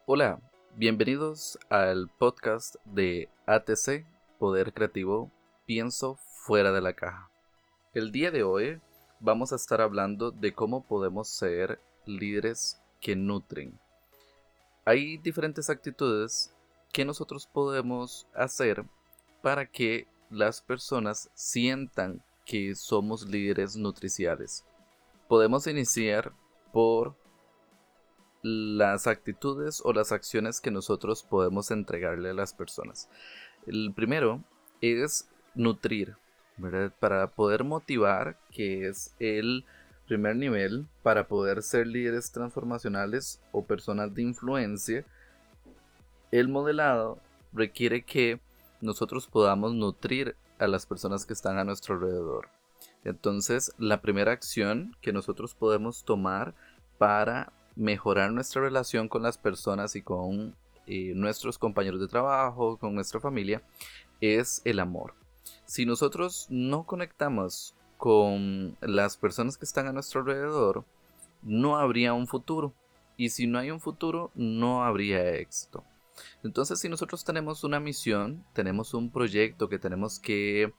Hola, bienvenidos al podcast de ATC, Poder Creativo, Pienso Fuera de la Caja. El día de hoy vamos a estar hablando de cómo podemos ser líderes que nutren. Hay diferentes actitudes que nosotros podemos hacer para que las personas sientan que somos líderes nutriciales. Podemos iniciar por las actitudes o las acciones que nosotros podemos entregarle a las personas. El primero es nutrir, ¿verdad? Para poder motivar, que es el primer nivel, para poder ser líderes transformacionales o personas de influencia. El modelado requiere que nosotros podamos nutrir a las personas que están a nuestro alrededor. Entonces, la primera acción que nosotros podemos tomar para mejorar nuestra relación con las personas y con nuestros compañeros de trabajo, con nuestra familia, es el amor. Si nosotros no conectamos con las personas que están a nuestro alrededor, no habría un futuro. Y si no hay un futuro, no habría éxito. Entonces, si nosotros tenemos una misión, tenemos un proyecto que tenemos que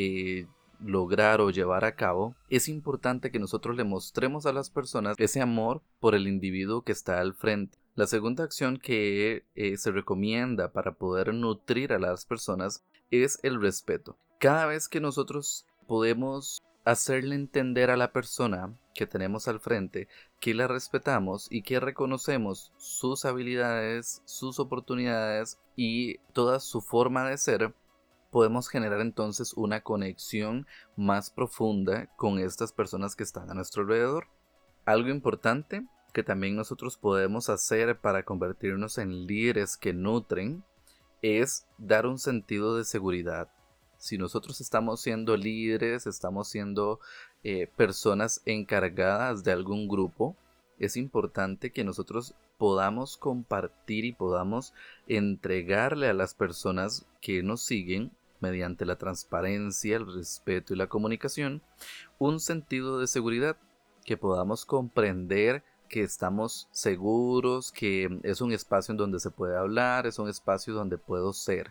lograr o llevar a cabo, es importante que nosotros le mostremos a las personas ese amor por el individuo que está al frente. La segunda acción que se recomienda para poder nutrir a las personas es el respeto. Cada vez que nosotros podemos hacerle entender a la persona que tenemos al frente que la respetamos y que reconocemos sus habilidades, sus oportunidades y toda su forma de ser, podemos generar entonces una conexión más profunda con estas personas que están a nuestro alrededor. Algo importante que también nosotros podemos hacer para convertirnos en líderes que nutren es dar un sentido de seguridad. Si nosotros estamos siendo líderes, estamos siendo personas encargadas de algún grupo, es importante que nosotros podamos compartir y podamos entregarle a las personas que nos siguen, mediante la transparencia, el respeto y la comunicación, un sentido de seguridad, que podamos comprender que estamos seguros, que es un espacio en donde se puede hablar, es un espacio donde puedo ser.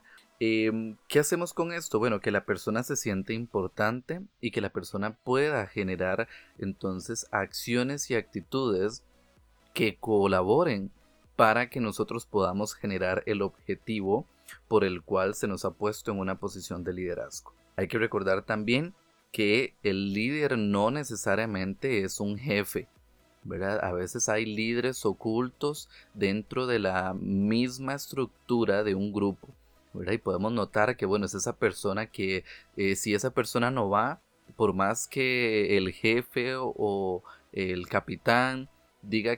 ¿Qué hacemos con esto? Bueno, que la persona se siente importante y que la persona pueda generar entonces acciones y actitudes que colaboren para que nosotros podamos generar el objetivo por el cual se nos ha puesto en una posición de liderazgo. Hay que recordar también que el líder no necesariamente es un jefe, ¿verdad? A veces hay líderes ocultos dentro de la misma estructura de un grupo, ¿verdad? Y podemos notar que, bueno, es esa persona que si esa persona no va, por más que el jefe o el capitán diga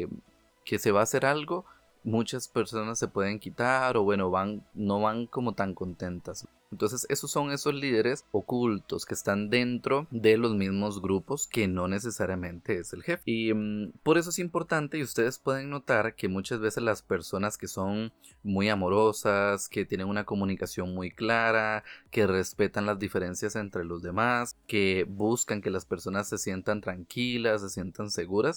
que se va a hacer algo, muchas personas se pueden quitar o bueno, no van como tan contentas. Entonces esos son esos líderes ocultos que están dentro de los mismos grupos, que no necesariamente es el jefe. Y por eso es importante, y ustedes pueden notar que muchas veces las personas que son muy amorosas, que tienen una comunicación muy clara, que respetan las diferencias entre los demás, que buscan que las personas se sientan tranquilas, se sientan seguras,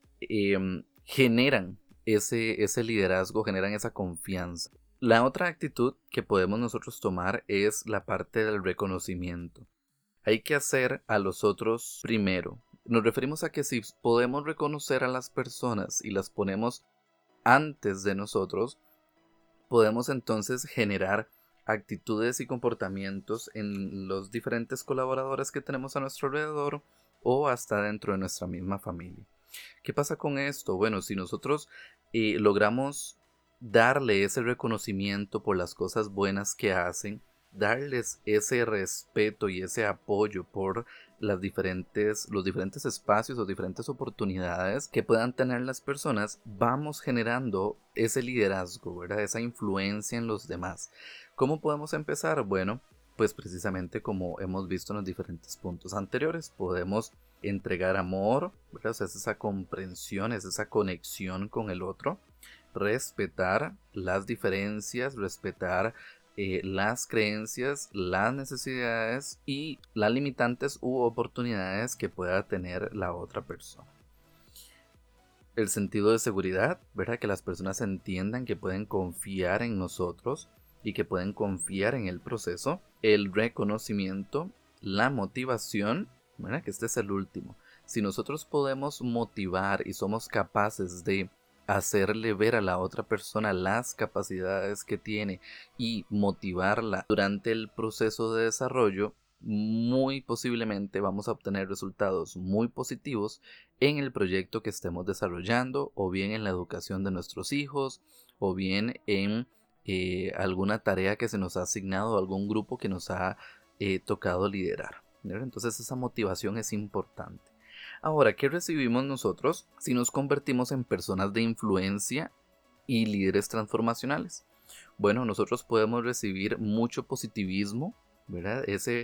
generan ese liderazgo, generan esa confianza. La otra actitud que podemos nosotros tomar es la parte del reconocimiento. Hay que hacer a los otros primero. Nos referimos a que si podemos reconocer a las personas y las ponemos antes de nosotros, podemos entonces generar actitudes y comportamientos en los diferentes colaboradores que tenemos a nuestro alrededor o hasta dentro de nuestra misma familia. ¿Qué pasa con esto? Bueno, si nosotros logramos darle ese reconocimiento por las cosas buenas que hacen, darles ese respeto y ese apoyo por los diferentes espacios o diferentes oportunidades que puedan tener las personas, vamos generando ese liderazgo, ¿verdad? Esa influencia en los demás. ¿Cómo podemos empezar? Bueno, pues precisamente como hemos visto en los diferentes puntos anteriores, podemos entregar amor, ¿verdad? O sea, es esa comprensión, es esa conexión con el otro, respetar las diferencias, respetar las creencias, las necesidades y las limitantes u oportunidades que pueda tener la otra persona. el sentido de seguridad, ¿verdad? Que las personas entiendan que pueden confiar en nosotros y que pueden confiar en el proceso. El reconocimiento, la motivación, ¿verdad? Que este es el último. Si nosotros podemos motivar y somos capaces de hacerle ver a la otra persona las capacidades que tiene y motivarla durante el proceso de desarrollo, muy posiblemente vamos a obtener resultados muy positivos en el proyecto que estemos desarrollando, o bien en la educación de nuestros hijos, o bien en alguna tarea que se nos ha asignado, algún grupo que nos ha tocado liderar, ¿verdad? Entonces esa motivación es importante. Ahora, ¿qué recibimos nosotros si nos convertimos en personas de influencia y líderes transformacionales? Bueno, nosotros podemos recibir mucho positivismo, ¿verdad?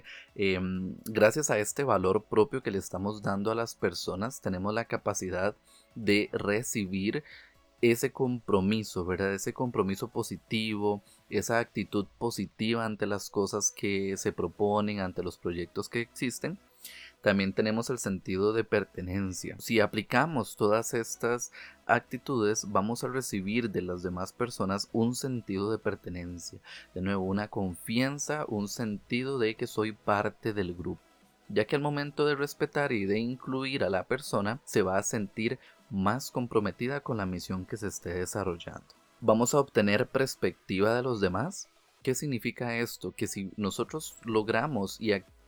Gracias a este valor propio que le estamos dando a las personas, tenemos la capacidad de recibir ese compromiso, ¿verdad? Ese compromiso positivo, esa actitud positiva ante las cosas que se proponen, ante los proyectos que existen. También tenemos el sentido de pertenencia. Si aplicamos todas estas actitudes, vamos a recibir de las demás personas un sentido de pertenencia. De nuevo, una confianza, un sentido de que soy parte del grupo. Ya que al momento de respetar y de incluir a la persona, se va a sentir más comprometida con la misión que se esté desarrollando. Vamos a obtener perspectiva de los demás. ¿Qué significa esto? Que si nosotros logramos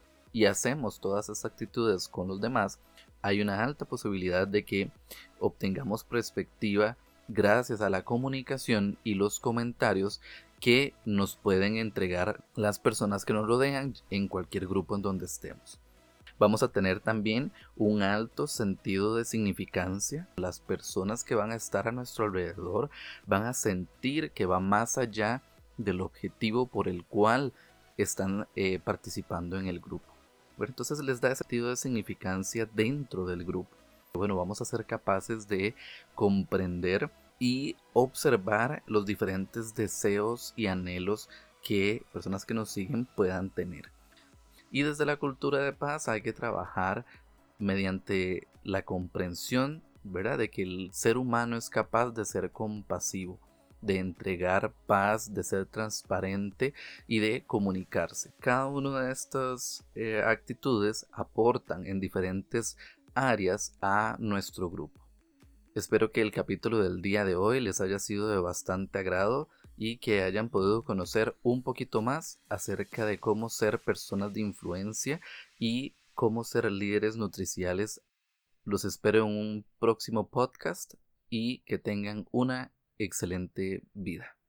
y hacemos todas esas actitudes con los demás, hay una alta posibilidad de que obtengamos perspectiva gracias a la comunicación y los comentarios que nos pueden entregar las personas que nos rodean en cualquier grupo en donde estemos. Vamos a tener también un alto sentido de significancia. Las personas que van a estar a nuestro alrededor van a sentir que va más allá del objetivo por el cual están participando en el grupo. Bueno, entonces les da ese sentido de significancia dentro del grupo. Bueno, vamos a ser capaces de comprender y observar los diferentes deseos y anhelos que personas que nos siguen puedan tener. Y desde la cultura de paz hay que trabajar mediante la comprensión, ¿verdad? De que el ser humano es capaz de ser compasivo, de entregar paz, de ser transparente y de comunicarse. Cada una de estas actitudes aportan en diferentes áreas a nuestro grupo. Espero que el capítulo del día de hoy les haya sido de bastante agrado y que hayan podido conocer un poquito más acerca de cómo ser personas de influencia y cómo ser líderes nutriciales. Los espero en un próximo podcast y que tengan una excelente vida.